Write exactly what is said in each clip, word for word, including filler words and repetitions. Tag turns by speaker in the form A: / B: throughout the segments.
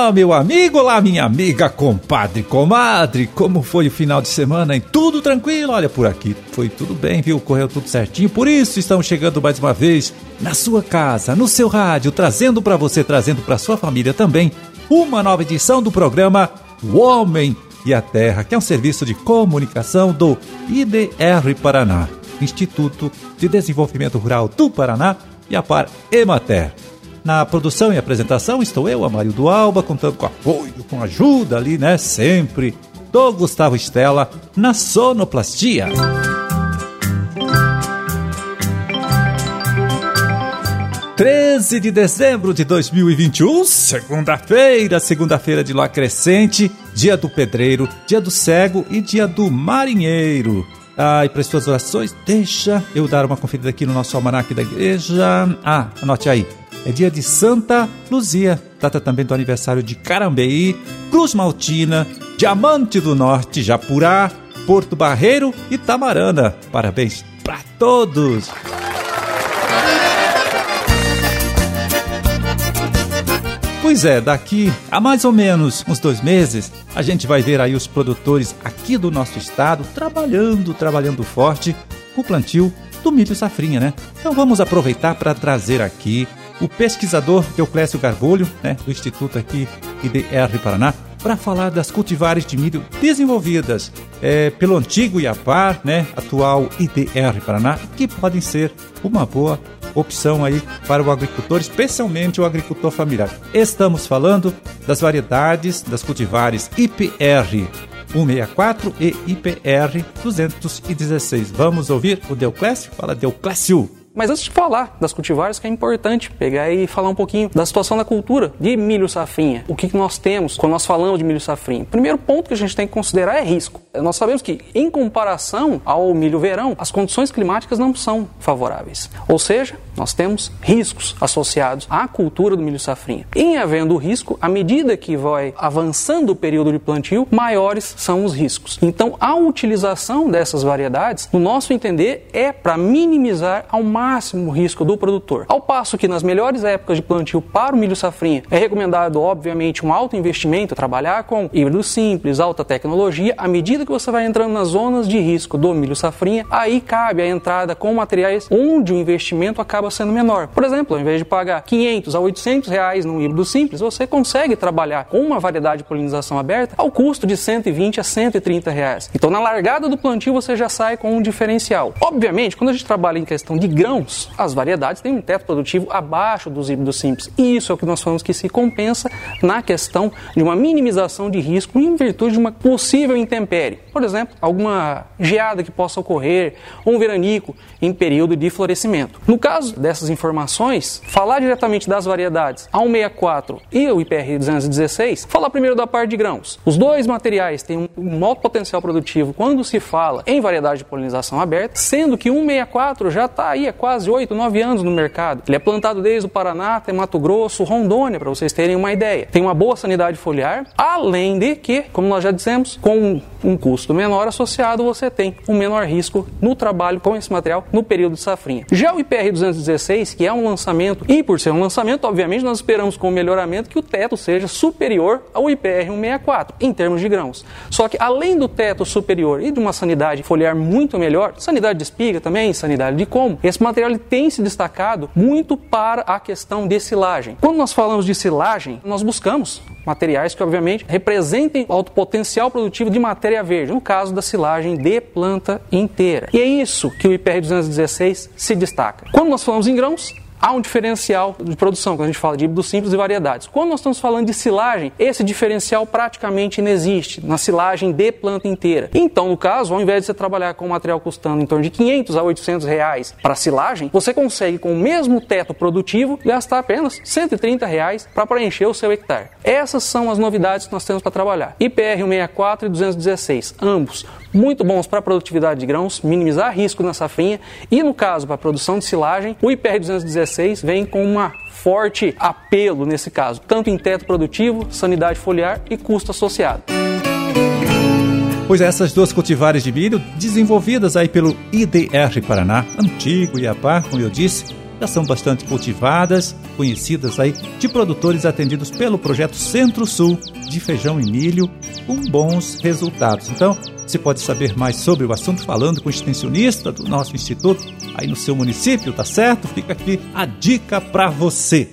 A: Olá, meu amigo, olá, minha amiga, compadre, comadre. Como foi o final de semana, hein? Tudo tranquilo? Olha, por aqui foi tudo bem, viu? Correu tudo certinho. Por isso estamos chegando mais uma vez na sua casa, no seu rádio, trazendo para você, trazendo para sua família também, uma nova edição do programa O Homem e a Terra, que é um serviço de comunicação do I D R Paraná, Instituto de Desenvolvimento Rural do Paraná, e a Par Emater. Na produção e apresentação estou eu, Amarildo Alba, contando com apoio, com ajuda ali, né, sempre, do Gustavo Estela, na sonoplastia. treze de dezembro de dois mil e vinte e um, segunda-feira, segunda-feira de lua crescente, dia do pedreiro, dia do cego e dia do marinheiro. Ah, e para as suas orações, deixa eu dar uma conferida aqui no nosso almanaque da igreja. Ah, anote aí. É dia de Santa Luzia, data também do aniversário de Carambeí, Cruz Maltina, Diamante do Norte, Japurá, Porto Barreiro e Tamarana. Parabéns para todos! Pois é, daqui a mais ou menos uns dois meses, a gente vai ver aí os produtores aqui do nosso estado trabalhando, trabalhando forte com o plantio do milho safrinha, né? Então vamos aproveitar para trazer aqui o pesquisador Deoclésio Garbulho, né, do Instituto aqui I D R Paraná, para falar das cultivares de milho desenvolvidas é, pelo antigo I A P A R, né, atual I D R Paraná, que podem ser uma boa opção aí para o agricultor, especialmente o agricultor familiar. Estamos falando das variedades das cultivares I P R cento e sessenta e quatro e I P R duzentos e dezesseis. Vamos ouvir o Deoclésio? Fala, Deoclésio!
B: Mas antes de falar das cultivares, que é importante pegar e falar um pouquinho da situação da cultura de milho safrinha. O que nós temos quando nós falamos de milho safrinha? O primeiro ponto que a gente tem que considerar é risco. Nós sabemos que, em comparação ao milho verão, as condições climáticas não são favoráveis. Ou seja, nós temos riscos associados à cultura do milho safrinha. Em havendo risco, à medida que vai avançando o período de plantio, maiores são os riscos. Então, a utilização dessas variedades, no nosso entender, é para minimizar ao máximo máximo risco do produtor. Ao passo que nas melhores épocas de plantio para o milho safrinha é recomendado, obviamente, um alto investimento, trabalhar com híbrido simples, alta tecnologia. À medida que você vai entrando nas zonas de risco do milho safrinha, aí cabe a entrada com materiais onde o investimento acaba sendo menor. Por exemplo, ao invés de pagar quinhentos a oitocentos reais num híbrido simples, você consegue trabalhar com uma variedade de polinização aberta ao custo de cento e vinte a cento e trinta reais. Então, na largada do plantio, você já sai com um diferencial. Obviamente, quando a gente trabalha em questão de grão, as variedades têm um teto produtivo abaixo dos híbridos simples. E isso é o que nós falamos que se compensa na questão de uma minimização de risco em virtude de uma possível intempérie. Por exemplo, alguma geada que possa ocorrer ou um veranico em período de florescimento. No caso dessas informações, falar diretamente das variedades A cento e sessenta e quatro e o I P R duzentos e dezesseis, falar primeiro da parte de grãos. Os dois materiais têm um alto potencial produtivo quando se fala em variedade de polinização aberta, sendo que o cento e sessenta e quatro já está aí há quase oito, nove anos no mercado. Ele é plantado desde o Paraná até Mato Grosso, Rondônia, para vocês terem uma ideia. Tem uma boa sanidade foliar, além de que, como nós já dissemos, com um custo menor associado, você tem um menor risco no trabalho com esse material no período de safrinha. Já o I P R duzentos e dezesseis, que é um lançamento, e por ser um lançamento, obviamente, nós esperamos com o melhoramento que o teto seja superior ao I P R cento e sessenta e quatro, em termos de grãos. Só que, além do teto superior e de uma sanidade foliar muito melhor, sanidade de espiga também, sanidade de como, esse material ele tem se destacado muito para a questão de silagem. Quando nós falamos de silagem, nós buscamos materiais que, obviamente, representem o alto potencial produtivo de matéria verde, no caso da silagem de planta inteira. E é isso que o I P R duzentos e dezesseis se destaca. Quando nós falamos em grãos, há um diferencial de produção, quando a gente fala de híbridos simples e variedades. Quando nós estamos falando de silagem, esse diferencial praticamente inexiste na silagem de planta inteira. Então, no caso, ao invés de você trabalhar com um material custando em torno de quinhentos a oitocentos reais para silagem, você consegue, com o mesmo teto produtivo, gastar apenas cento e trinta reais para preencher o seu hectare. Essas são as novidades que nós temos para trabalhar. I P R cento e sessenta e quatro e duzentos e dezesseis, ambos muito bons para a produtividade de grãos, minimizar risco na safrinha, e no caso, para a produção de silagem, o I P R duzentos e dezesseis vem com uma forte apelo nesse caso, tanto em teto produtivo, sanidade foliar e custo associado.
A: Pois é, essas duas cultivares de milho, desenvolvidas aí pelo I D R Paraná, antigo I A P A R, como eu disse, já são bastante cultivadas, conhecidas aí de produtores atendidos pelo projeto Centro-Sul de feijão e milho, com bons resultados. Então, você pode saber mais sobre o assunto falando com o extensionista do nosso instituto aí no seu município, tá certo? Fica aqui a dica para você.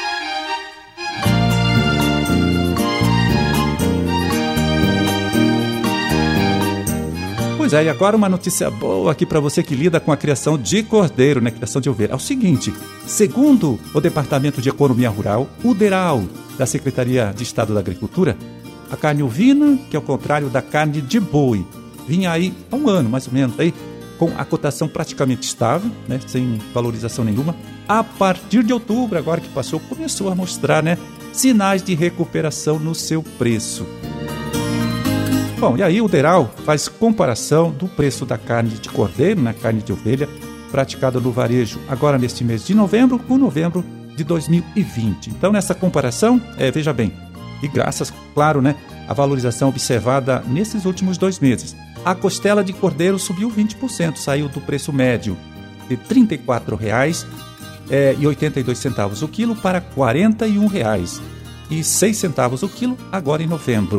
A: Pois é, e agora uma notícia boa aqui para você que lida com a criação de cordeiro, né, criação de ovelha. É o seguinte, segundo o Departamento de Economia Rural, o DERAL, da Secretaria de Estado da Agricultura, a carne ovina, que é o contrário da carne de boi, vinha aí há um ano, mais ou menos, aí, com a cotação praticamente estável, né, sem valorização nenhuma. A partir de outubro, agora que passou, começou a mostrar, né, sinais de recuperação no seu preço. Bom, e aí o DERAL faz comparação do preço da carne de cordeiro, né, carne de ovelha, praticada no varejo agora neste mês de novembro com novembro de dois mil e vinte. Então, nessa comparação, é, veja bem, e graças, claro, né, à valorização observada nesses últimos dois meses, a costela de cordeiro subiu vinte por cento, saiu do preço médio de trinta e quatro reais e oitenta e dois centavos o quilo para quarenta e um reais e seis centavos o quilo agora em novembro.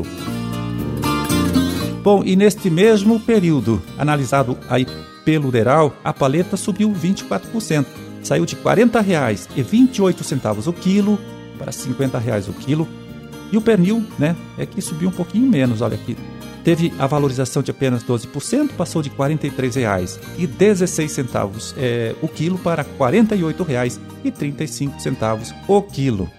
A: Bom, e neste mesmo período, analisado aí pelo DERAL, a paleta subiu vinte e quatro por cento. Saiu de quarenta reais e vinte e oito centavos o quilo para cinquenta reais o quilo. E o pernil, né, é que subiu um pouquinho menos, olha aqui. Teve a valorização de apenas doze por cento, passou de quarenta e três reais e dezesseis centavos é, o quilo para quarenta e oito reais e trinta e cinco centavos o quilo.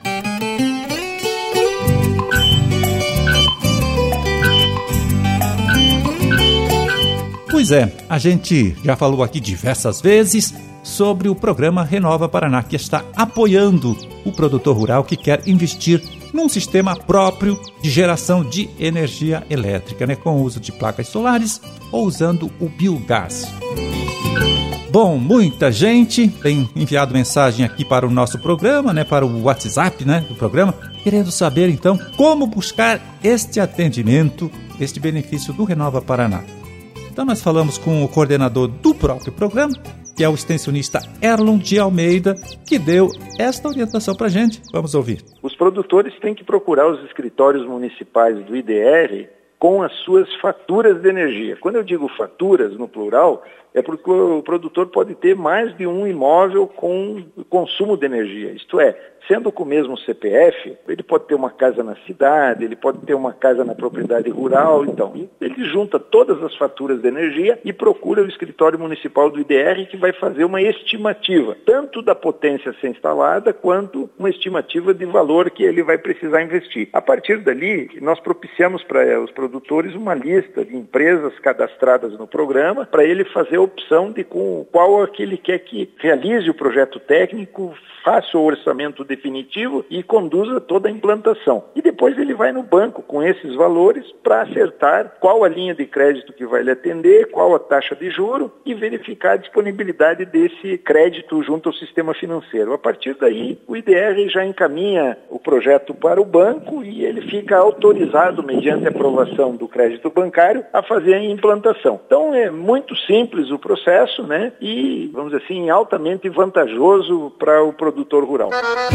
A: Pois é, a gente já falou aqui diversas vezes sobre o programa Renova Paraná, que está apoiando o produtor rural que quer investir num sistema próprio de geração de energia elétrica, né, com o uso de placas solares ou usando o biogás. Bom, muita gente tem enviado mensagem aqui para o nosso programa, né, para o WhatsApp, né, do programa, querendo saber então como buscar este atendimento, este benefício do Renova Paraná. Então nós falamos com o coordenador do próprio programa, que é o extensionista Erlon de Almeida, que deu esta orientação para a gente. Vamos ouvir.
C: Os produtores têm que procurar os escritórios municipais do I D R com as suas faturas de energia. Quando eu digo faturas, no plural, é porque o produtor pode ter mais de um imóvel com consumo de energia. Isto é, sendo com o mesmo C P F, ele pode ter uma casa na cidade, ele pode ter uma casa na propriedade rural, então ele junta todas as faturas de energia e procura o escritório municipal do I D R, que vai fazer uma estimativa, tanto da potência a ser instalada, quanto uma estimativa de valor que ele vai precisar investir. A partir dali, nós propiciamos para os produtores uma lista de empresas cadastradas no programa, para ele fazer a opção de com qual é que ele quer que realize o projeto técnico, faça o orçamento definitivo e conduza toda a implantação. E depois ele vai no banco com esses valores para acertar qual a linha de crédito que vai lhe atender, qual a taxa de juro e verificar a disponibilidade desse crédito junto ao sistema financeiro. A partir daí, o I D R já encaminha o projeto para o banco e ele fica autorizado, mediante a aprovação do crédito bancário, a fazer a implantação. Então é muito simples o processo, né? E, vamos dizer assim, altamente vantajoso para o produtor rural.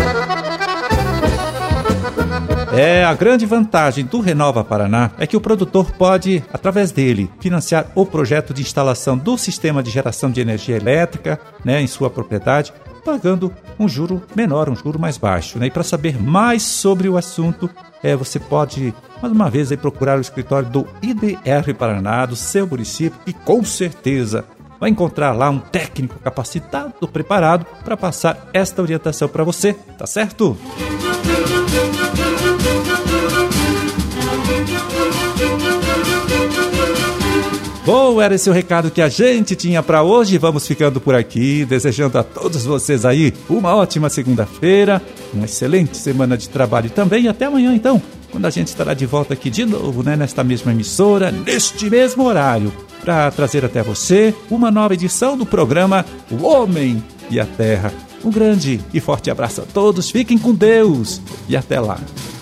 A: É, a grande vantagem do Renova Paraná é que o produtor pode, através dele, financiar o projeto de instalação do sistema de geração de energia elétrica, né, em sua propriedade, pagando um juro menor, um juro mais baixo, né? E para saber mais sobre o assunto, é, você pode, mais uma vez, aí, procurar o escritório do I D R Paraná, do seu município, e com certeza vai encontrar lá um técnico capacitado, preparado para passar esta orientação para você, tá certo? Bom, era esse o recado que a gente tinha para hoje. Vamos ficando por aqui, desejando a todos vocês aí uma ótima segunda-feira, uma excelente semana de trabalho também. E até amanhã, então, quando a gente estará de volta aqui de novo, né, nesta mesma emissora, neste mesmo horário, para trazer até você uma nova edição do programa O Homem e a Terra. Um grande e forte abraço a todos, fiquem com Deus e até lá.